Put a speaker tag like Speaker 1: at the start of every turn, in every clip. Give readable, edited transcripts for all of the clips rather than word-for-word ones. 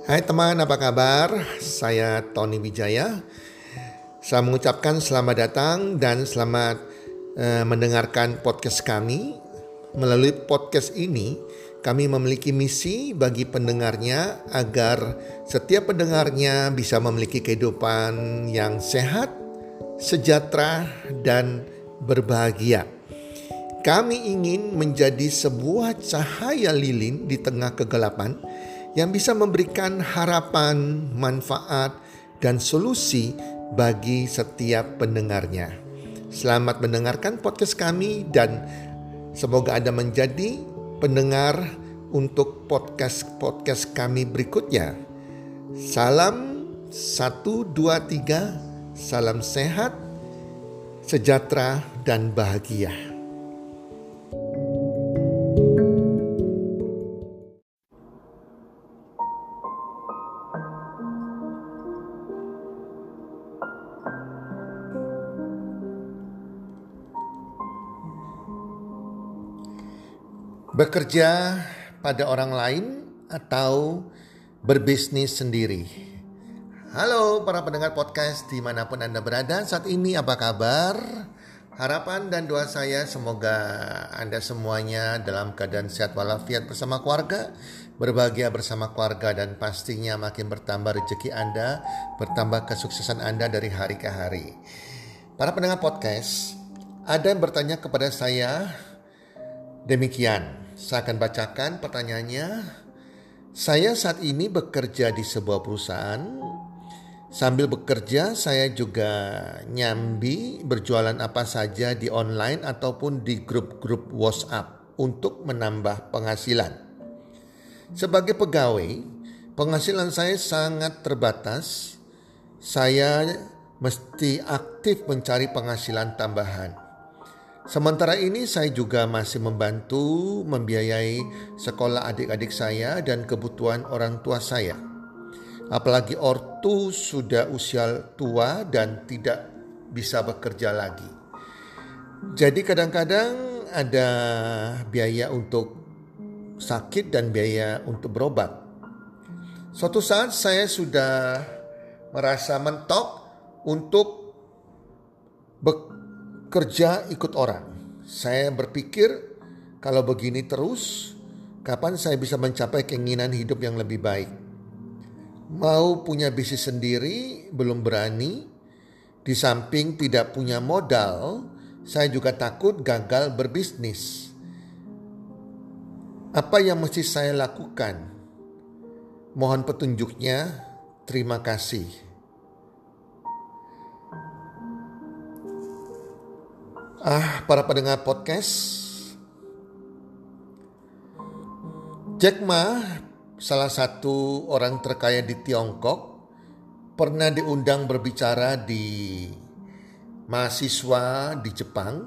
Speaker 1: Hai teman, apa kabar? Saya Tony Wijaya. Saya mengucapkan selamat datang dan selamat mendengarkan podcast kami. Melalui podcast ini, kami memiliki misi bagi pendengarnya agar setiap pendengarnya bisa memiliki kehidupan yang sehat, sejahtera, dan berbahagia. Kami ingin menjadi sebuah cahaya lilin di tengah kegelapan yang bisa memberikan harapan, manfaat, dan solusi bagi setiap pendengarnya. Selamat mendengarkan podcast kami dan semoga Anda menjadi pendengar untuk podcast kami berikutnya. Salam 1, 2, 3, salam sehat, sejahtera, dan bahagia. Bekerja pada orang lain atau berbisnis sendiri. Halo para pendengar podcast dimanapun Anda berada saat ini, apa kabar? Harapan dan doa saya semoga Anda semuanya dalam keadaan sehat walafiat bersama keluarga, berbahagia bersama keluarga, dan pastinya makin bertambah rezeki Anda, bertambah kesuksesan Anda dari hari ke hari. Para pendengar podcast, ada yang bertanya kepada saya demikian. Saya akan bacakan pertanyaannya. Saya saat ini bekerja di sebuah perusahaan. Sambil bekerja saya juga nyambi berjualan apa saja di online ataupun di grup-grup WhatsApp untuk menambah penghasilan. Sebagai pegawai, penghasilan saya sangat terbatas. Saya mesti aktif mencari penghasilan tambahan. Sementara ini saya juga masih membantu membiayai sekolah adik-adik saya dan kebutuhan orang tua saya. Apalagi ortu sudah usia tua dan tidak bisa bekerja lagi. Jadi kadang-kadang ada biaya untuk sakit dan biaya untuk berobat. Suatu saat saya sudah merasa mentok untuk bekerja ikut orang. Saya berpikir kalau begini terus, kapan saya bisa mencapai keinginan hidup yang lebih baik? Mau punya bisnis sendiri, belum berani. Di samping tidak punya modal, saya juga takut gagal berbisnis. Apa yang mesti saya lakukan? Mohon petunjuknya. Terima kasih. Para pendengar podcast, Jack Ma, salah satu orang terkaya di Tiongkok, pernah diundang berbicara di mahasiswa di Jepang.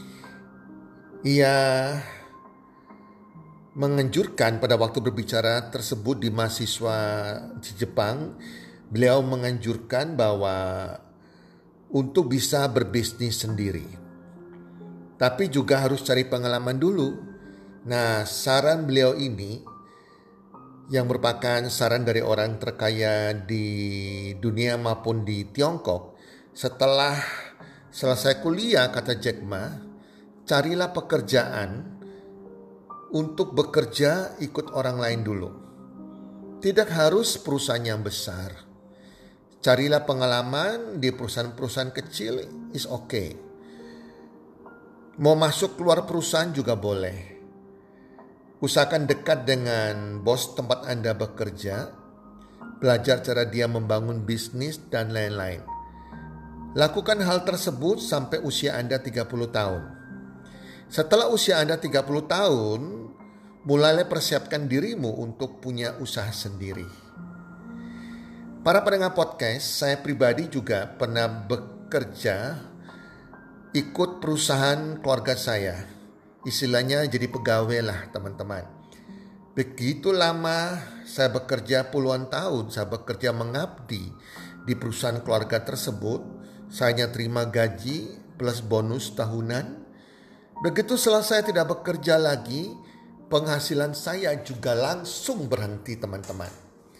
Speaker 1: Ia menganjurkan pada waktu berbicara tersebut di mahasiswa di Jepang, beliau menganjurkan bahwa untuk bisa berbisnis sendiri, tapi juga harus cari pengalaman dulu. Nah, saran beliau ini yang merupakan saran dari orang terkaya di dunia maupun di Tiongkok. Setelah selesai kuliah, kata Jack Ma, carilah pekerjaan untuk bekerja ikut orang lain dulu. Tidak harus perusahaan yang besar. Carilah pengalaman di perusahaan-perusahaan kecil, is okay. Mau masuk keluar perusahaan juga boleh. Usahakan dekat dengan bos tempat Anda bekerja. Belajar cara dia membangun bisnis dan lain-lain. Lakukan hal tersebut sampai usia Anda 30 tahun. Setelah usia Anda 30 tahun, mulailah persiapkan dirimu untuk punya usaha sendiri. Para pendengar podcast, saya pribadi juga pernah bekerja ikut perusahaan keluarga saya. Istilahnya jadi pegawai lah teman-teman. Begitu lama saya bekerja, puluhan tahun saya bekerja mengabdi di perusahaan keluarga tersebut. Saya hanya terima gaji plus bonus tahunan. Begitu selesai tidak bekerja lagi, penghasilan saya juga langsung berhenti teman-teman.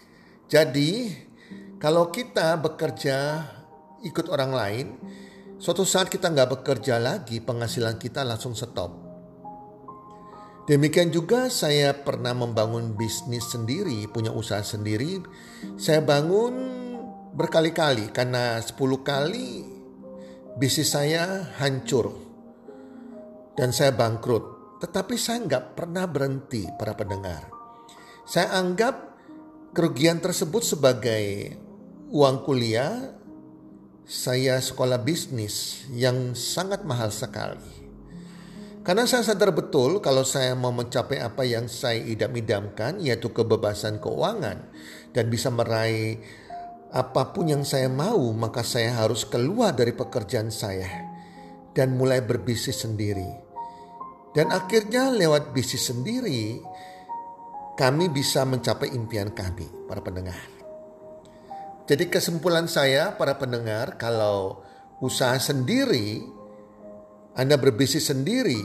Speaker 1: Jadi kalau kita bekerja ikut orang lain, suatu saat kita nggak bekerja lagi, penghasilan kita langsung stop. Demikian juga saya pernah membangun bisnis sendiri, punya usaha sendiri. Saya bangun berkali-kali karena 10 kali bisnis saya hancur dan saya bangkrut. Tetapi saya nggak pernah berhenti, para pendengar. Saya anggap kerugian tersebut sebagai uang kuliah saya sekolah bisnis yang sangat mahal sekali. Karena saya sadar betul kalau saya mau mencapai apa yang saya idam-idamkan, yaitu kebebasan keuangan dan bisa meraih apapun yang saya mau, maka saya harus keluar dari pekerjaan saya dan mulai berbisnis sendiri. Dan akhirnya lewat bisnis sendiri, kami bisa mencapai impian kami, para pendengar. Jadi kesimpulan saya, para pendengar, kalau usaha sendiri, Anda berbisnis sendiri,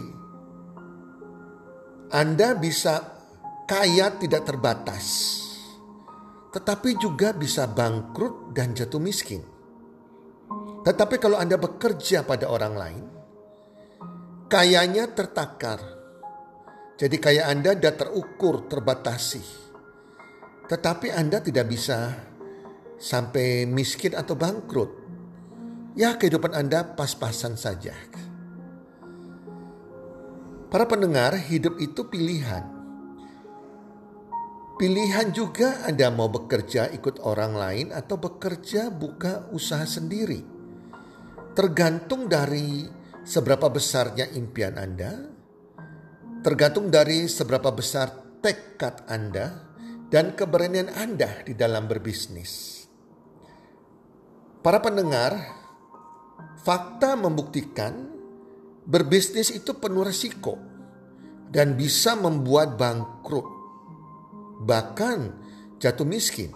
Speaker 1: Anda bisa kaya tidak terbatas, tetapi juga bisa bangkrut dan jatuh miskin. Tetapi kalau Anda bekerja pada orang lain, kayanya tertakar. Jadi kaya Anda tidak terukur, terbatasi. Tetapi Anda tidak bisa sampai miskin atau bangkrut. Ya, kehidupan Anda pas-pasan saja. Para pendengar, hidup itu pilihan. Pilihan juga Anda mau bekerja ikut orang lain atau bekerja buka usaha sendiri. Tergantung dari seberapa besarnya impian Anda, tergantung dari seberapa besar tekad Anda dan keberanian Anda di dalam berbisnis. Para pendengar, fakta membuktikan berbisnis itu penuh resiko dan bisa membuat bangkrut, bahkan jatuh miskin.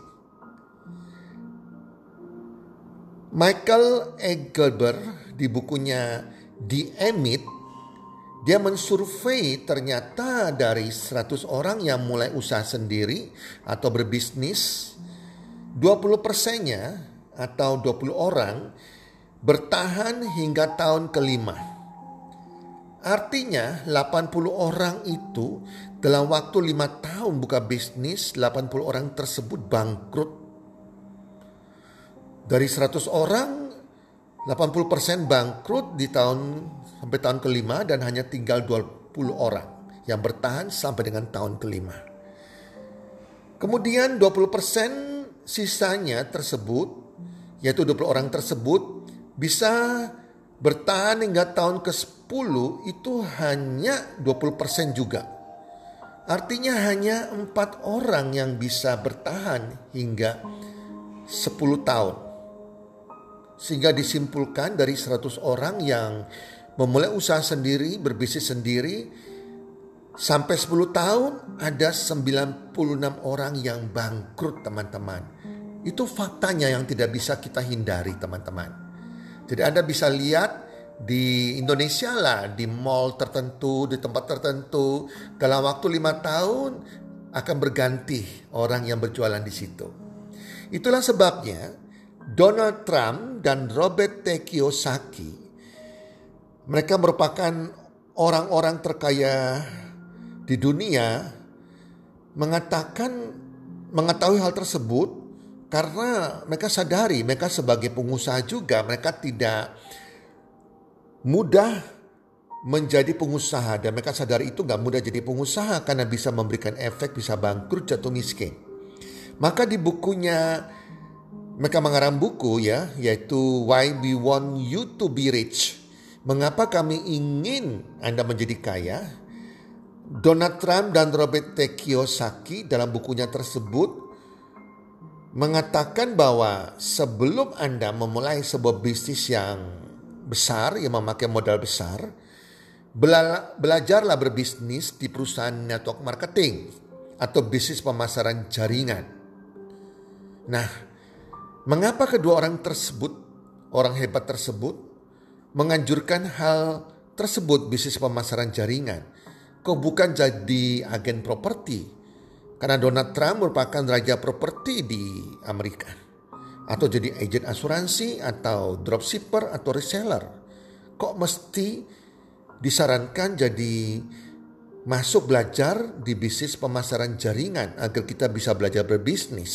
Speaker 1: Michael Egelber di bukunya The Emit, dia mensurvei ternyata dari 100 orang yang mulai usaha sendiri atau berbisnis, 20%-nya atau 20 orang bertahan hingga tahun kelima. Artinya 80 orang itu dalam waktu 5 tahun buka bisnis, 80 orang tersebut bangkrut. Dari 100 orang, 80% bangkrut di sampai tahun kelima dan hanya tinggal 20 orang yang bertahan sampai dengan tahun kelima. Kemudian 20% sisanya tersebut, yaitu 20 orang tersebut bisa bertahan hingga tahun ke-10, itu hanya 20% juga. Artinya hanya 4 orang yang bisa bertahan hingga 10 tahun. Sehingga disimpulkan dari 100 orang yang memulai usaha sendiri, berbisnis sendiri, sampai 10 tahun ada 96 orang yang bangkrut, teman-teman. Itu faktanya yang tidak bisa kita hindari, teman-teman. Jadi Anda bisa lihat di Indonesia lah, di mall tertentu, di tempat tertentu, dalam waktu 5 tahun akan berganti orang yang berjualan di situ. Itulah sebabnya Donald Trump dan Robert T. Kiyosaki, mereka merupakan orang-orang terkaya di dunia, mengetahui hal tersebut karena mereka sadari, mereka sebagai pengusaha juga, mereka tidak mudah menjadi pengusaha. Dan mereka sadari itu gak mudah jadi pengusaha karena bisa memberikan efek, bisa bangkrut, jatuh miskin. Maka di bukunya, mereka mengarang buku ya, yaitu Why We Want You to Be Rich. Mengapa kami ingin Anda menjadi kaya? Donald Trump dan Robert T. Kiyosaki dalam bukunya tersebut mengatakan bahwa sebelum Anda memulai sebuah bisnis yang besar, yang memakai modal besar, belajarlah berbisnis di perusahaan network marketing atau bisnis pemasaran jaringan. Nah, mengapa kedua orang tersebut, orang hebat tersebut, menganjurkan hal tersebut, bisnis pemasaran jaringan? Kok bukan jadi agen properti? Karena Donald Trump merupakan raja properti di Amerika. Atau jadi agen asuransi atau dropshipper atau reseller. Kok mesti disarankan jadi masuk belajar di bisnis pemasaran jaringan agar kita bisa belajar berbisnis?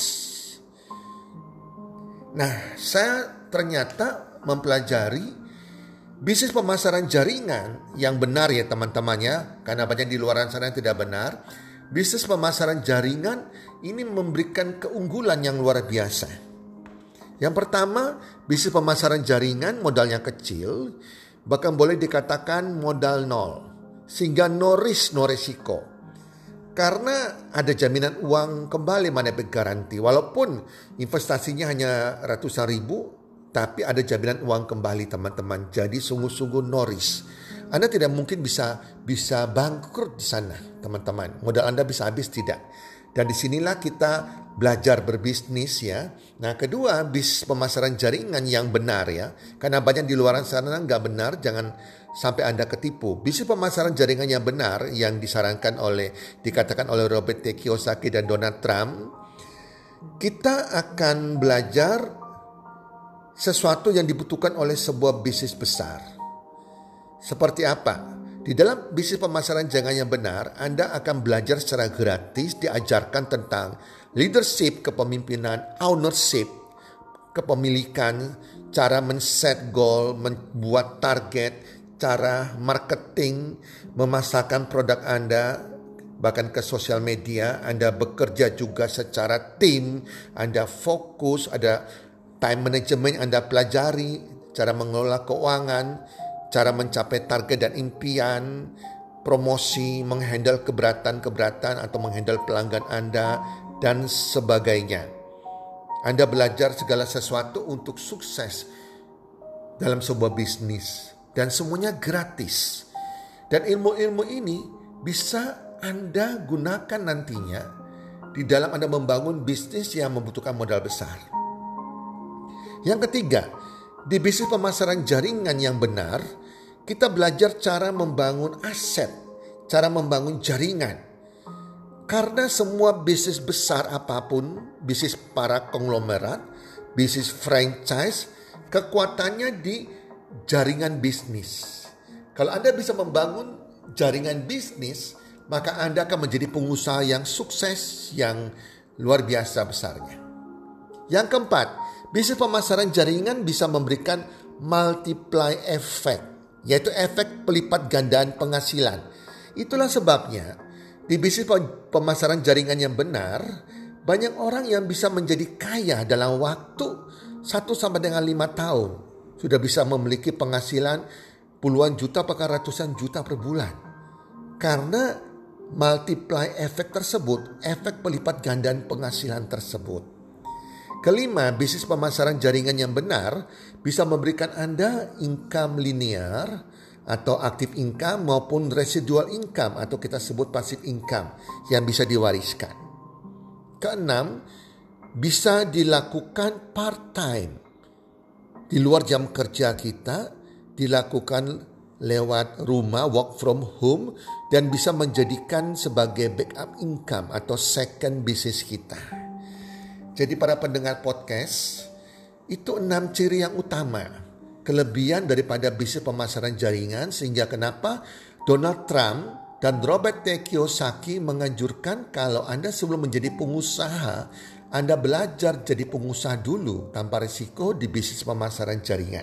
Speaker 1: Nah, saya ternyata mempelajari bisnis pemasaran jaringan yang benar ya teman-temannya, karena banyak di luar sana yang tidak benar. Bisnis pemasaran jaringan ini memberikan keunggulan yang luar biasa. Yang pertama, bisnis pemasaran jaringan modalnya kecil, bahkan boleh dikatakan modal nol, sehingga no risk no resiko. Karena ada jaminan uang kembali money back garanti, walaupun investasinya hanya ratusan ribu, tapi ada jaminan uang kembali teman-teman. Jadi sungguh-sungguh no risk. Anda tidak mungkin bisa bangkrut di sana, teman-teman. Modal Anda bisa habis tidak. Dan disinilah kita belajar berbisnis ya. Nah, kedua, bisnis pemasaran jaringan yang benar ya. Karena banyak di luar sana nggak benar, jangan sampai Anda ketipu. Bisnis pemasaran jaringan yang benar yang dikatakan oleh Robert T. Kiyosaki dan Donald Trump, kita akan belajar sesuatu yang dibutuhkan oleh sebuah bisnis besar. Seperti apa? Di dalam bisnis pemasaran jaringan yang benar, Anda akan belajar secara gratis, diajarkan tentang leadership, kepemimpinan, ownership, kepemilikan, cara men-set goal, membuat target, cara marketing, memasarkan produk Anda, bahkan ke sosial media. Anda bekerja juga secara tim, Anda fokus, ada time management Anda pelajari, cara mengelola keuangan, cara mencapai target dan impian, promosi, menghandle keberatan-keberatan atau menghandle pelanggan Anda, dan sebagainya. Anda belajar segala sesuatu untuk sukses dalam sebuah bisnis. Dan semuanya gratis. Dan ilmu-ilmu ini bisa Anda gunakan nantinya di dalam Anda membangun bisnis yang membutuhkan modal besar. Yang ketiga, di bisnis pemasaran jaringan yang benar, kita belajar cara membangun aset, cara membangun jaringan. Karena semua bisnis besar apapun, bisnis para konglomerat, bisnis franchise, kekuatannya di jaringan bisnis. Kalau Anda bisa membangun jaringan bisnis, maka Anda akan menjadi pengusaha yang sukses, yang luar biasa besarnya. Yang keempat, bisnis pemasaran jaringan bisa memberikan multiply effect, yaitu efek pelipat gandaan penghasilan. Itulah sebabnya di bisnis pemasaran jaringan yang benar, banyak orang yang bisa menjadi kaya dalam waktu 1 sampai dengan 5 tahun. Sudah bisa memiliki penghasilan puluhan juta bahkan ratusan juta per bulan. Karena multiply effect tersebut, efek pelipat gandaan penghasilan tersebut. Kelima, bisnis pemasaran jaringan yang benar bisa memberikan Anda income linear atau active income maupun residual income atau kita sebut passive income yang bisa diwariskan. Keenam, bisa dilakukan part-time. Di luar jam kerja kita, dilakukan lewat rumah, work from home, dan bisa menjadikan sebagai backup income atau second business kita. Jadi para pendengar podcast, itu 6 ciri yang utama, kelebihan daripada bisnis pemasaran jaringan, sehingga kenapa Donald Trump dan Robert T. Kiyosaki menganjurkan kalau Anda sebelum menjadi pengusaha, Anda belajar jadi pengusaha dulu tanpa risiko di bisnis pemasaran jaringan.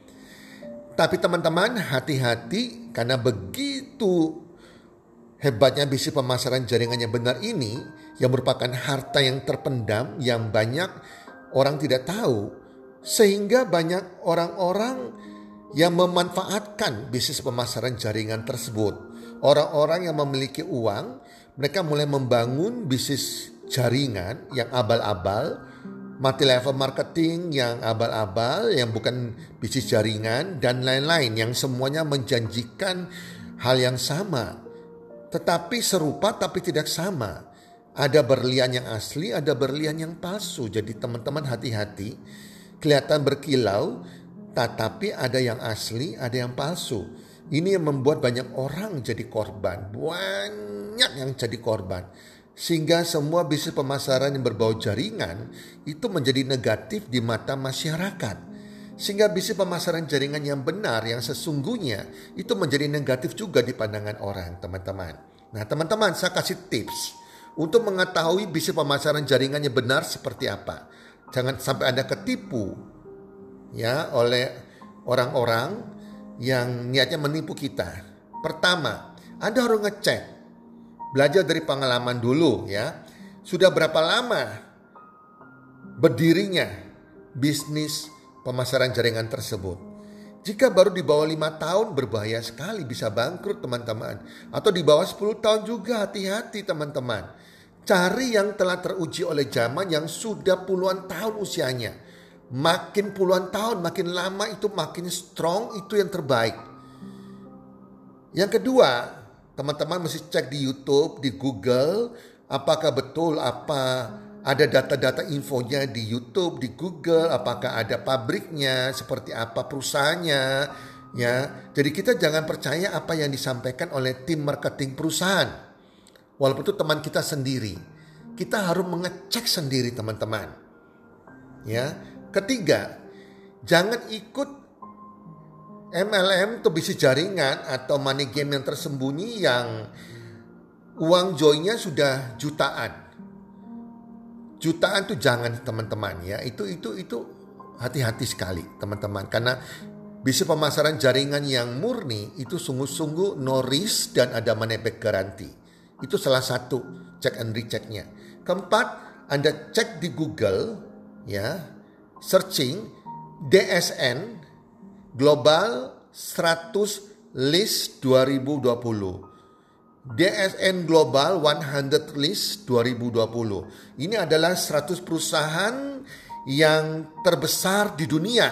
Speaker 1: Tapi teman-teman, hati-hati karena begitu hebatnya bisnis pemasaran jaringan yang benar ini, yang merupakan harta yang terpendam yang banyak orang tidak tahu, sehingga banyak orang-orang yang memanfaatkan bisnis pemasaran jaringan tersebut. Orang-orang yang memiliki uang, mereka mulai membangun bisnis jaringan yang abal-abal, multi level marketing yang abal-abal, yang bukan bisnis jaringan, dan lain-lain yang semuanya menjanjikan hal yang sama. Tetapi serupa tapi tidak sama. Ada berlian yang asli, ada berlian yang palsu. Jadi teman-teman hati-hati. Kelihatan berkilau, tetapi ada yang asli, ada yang palsu. Ini yang membuat banyak orang jadi korban. Banyak yang jadi korban. Sehingga semua bisnis pemasaran yang berbau jaringan itu menjadi negatif di mata masyarakat. Sehingga bisnis pemasaran jaringan yang benar, yang sesungguhnya itu menjadi negatif juga di pandangan orang, teman-teman. Nah, teman-teman, saya kasih tips untuk mengetahui bisnis pemasaran jaringannya benar seperti apa. Jangan sampai Anda ketipu ya oleh orang-orang yang niatnya menipu kita. Pertama, Anda harus ngecek, belajar dari pengalaman dulu ya. Sudah berapa lama berdirinya bisnis pemasaran jaringan tersebut? Jika baru di bawah 5 tahun, berbahaya sekali, bisa bangkrut teman-teman. Atau di bawah 10 tahun juga, hati-hati teman-teman. Cari yang telah teruji oleh zaman, yang sudah puluhan tahun usianya. Makin puluhan tahun, makin lama itu makin strong, itu yang terbaik. Yang kedua, teman-teman mesti cek di YouTube, di Google, apakah betul ada data-data infonya di YouTube, di Google, apakah ada pabriknya, seperti apa perusahaannya, ya. Jadi kita jangan percaya apa yang disampaikan oleh tim marketing perusahaan. Walaupun itu teman kita sendiri. Kita harus mengecek sendiri, teman-teman. Ya. Ketiga, jangan ikut MLM atau bisnis jaringan atau money game yang tersembunyi yang uang joinnya sudah jutaan. Jutaan tuh jangan, teman-teman ya. Itu hati-hati sekali, teman-teman. Karena bisnis pemasaran jaringan yang murni itu sungguh-sungguh no risk dan ada money back guarantee. Itu salah satu check and rechecknya. Keempat, Anda cek di Google ya, searching DSN Global 100 List 2020. DSN Global 100 List 2020. Ini adalah 100 perusahaan yang terbesar di dunia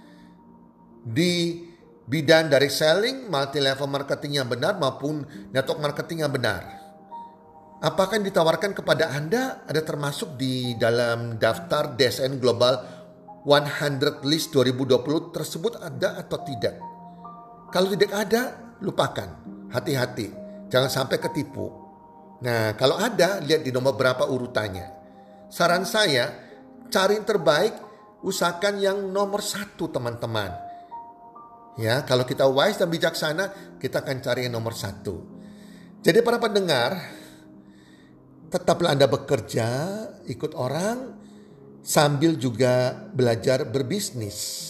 Speaker 1: di bidang direct selling, multi level marketing yang benar maupun network marketing yang benar. Apakah yang ditawarkan kepada Anda ada termasuk di dalam daftar DSN Global 100 List 2020 tersebut, ada atau tidak? Kalau tidak ada, lupakan. Hati-hati. Jangan sampai ketipu. Nah, kalau ada, lihat di nomor berapa urutannya. Saran saya, cari yang terbaik, usahakan yang nomor 1, teman-teman. Ya, kalau kita wise dan bijaksana, kita akan cari yang nomor 1. Jadi para pendengar, tetaplah Anda bekerja, ikut orang, sambil juga belajar berbisnis.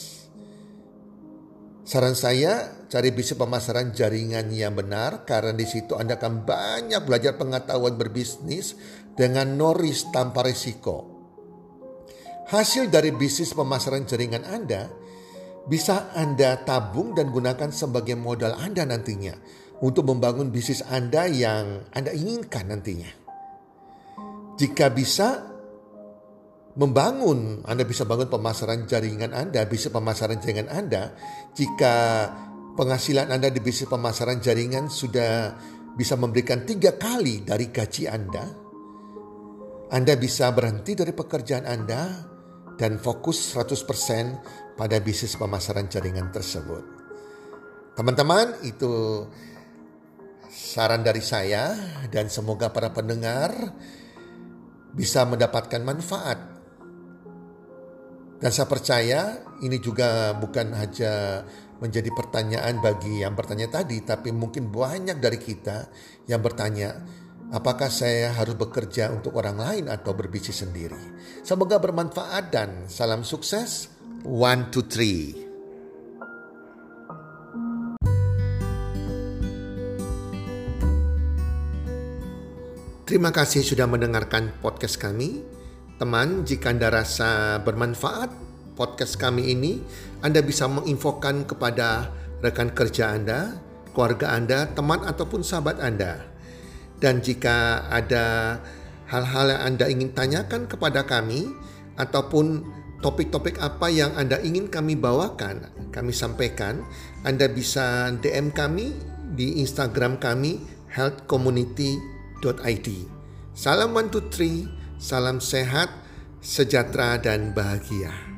Speaker 1: Saran saya, cari bisnis pemasaran jaringan yang benar, karena di situ Anda akan banyak belajar pengetahuan berbisnis dengan no risk, tanpa risiko. Hasil dari bisnis pemasaran jaringan Anda bisa Anda tabung dan gunakan sebagai modal Anda nantinya untuk membangun bisnis Anda yang Anda inginkan nantinya. Jika bisa Anda bisa bangun pemasaran jaringan Anda, bisnis pemasaran jaringan Anda. Jika penghasilan Anda di bisnis pemasaran jaringan sudah bisa memberikan 3 kali dari gaji Anda bisa berhenti dari pekerjaan Anda dan fokus 100% pada bisnis pemasaran jaringan tersebut. Teman-teman, itu saran dari saya dan semoga para pendengar bisa mendapatkan manfaat. Dan saya percaya ini juga bukan hanya menjadi pertanyaan bagi yang bertanya tadi, tapi mungkin banyak dari kita yang bertanya, apakah saya harus bekerja untuk orang lain atau berbisnis sendiri? Semoga bermanfaat dan salam sukses. 1, 2, 3. Terima kasih sudah mendengarkan podcast kami. Teman, jika Anda rasa bermanfaat podcast kami ini, Anda bisa menginfokan kepada rekan kerja Anda, keluarga Anda, teman ataupun sahabat Anda. Dan jika ada hal-hal yang Anda ingin tanyakan kepada kami, ataupun topik-topik apa yang Anda ingin kami bawakan, kami sampaikan, Anda bisa DM kami di Instagram kami, healthcommunity.id. Salam 1, 2, 3, salam sehat, sejahtera dan bahagia.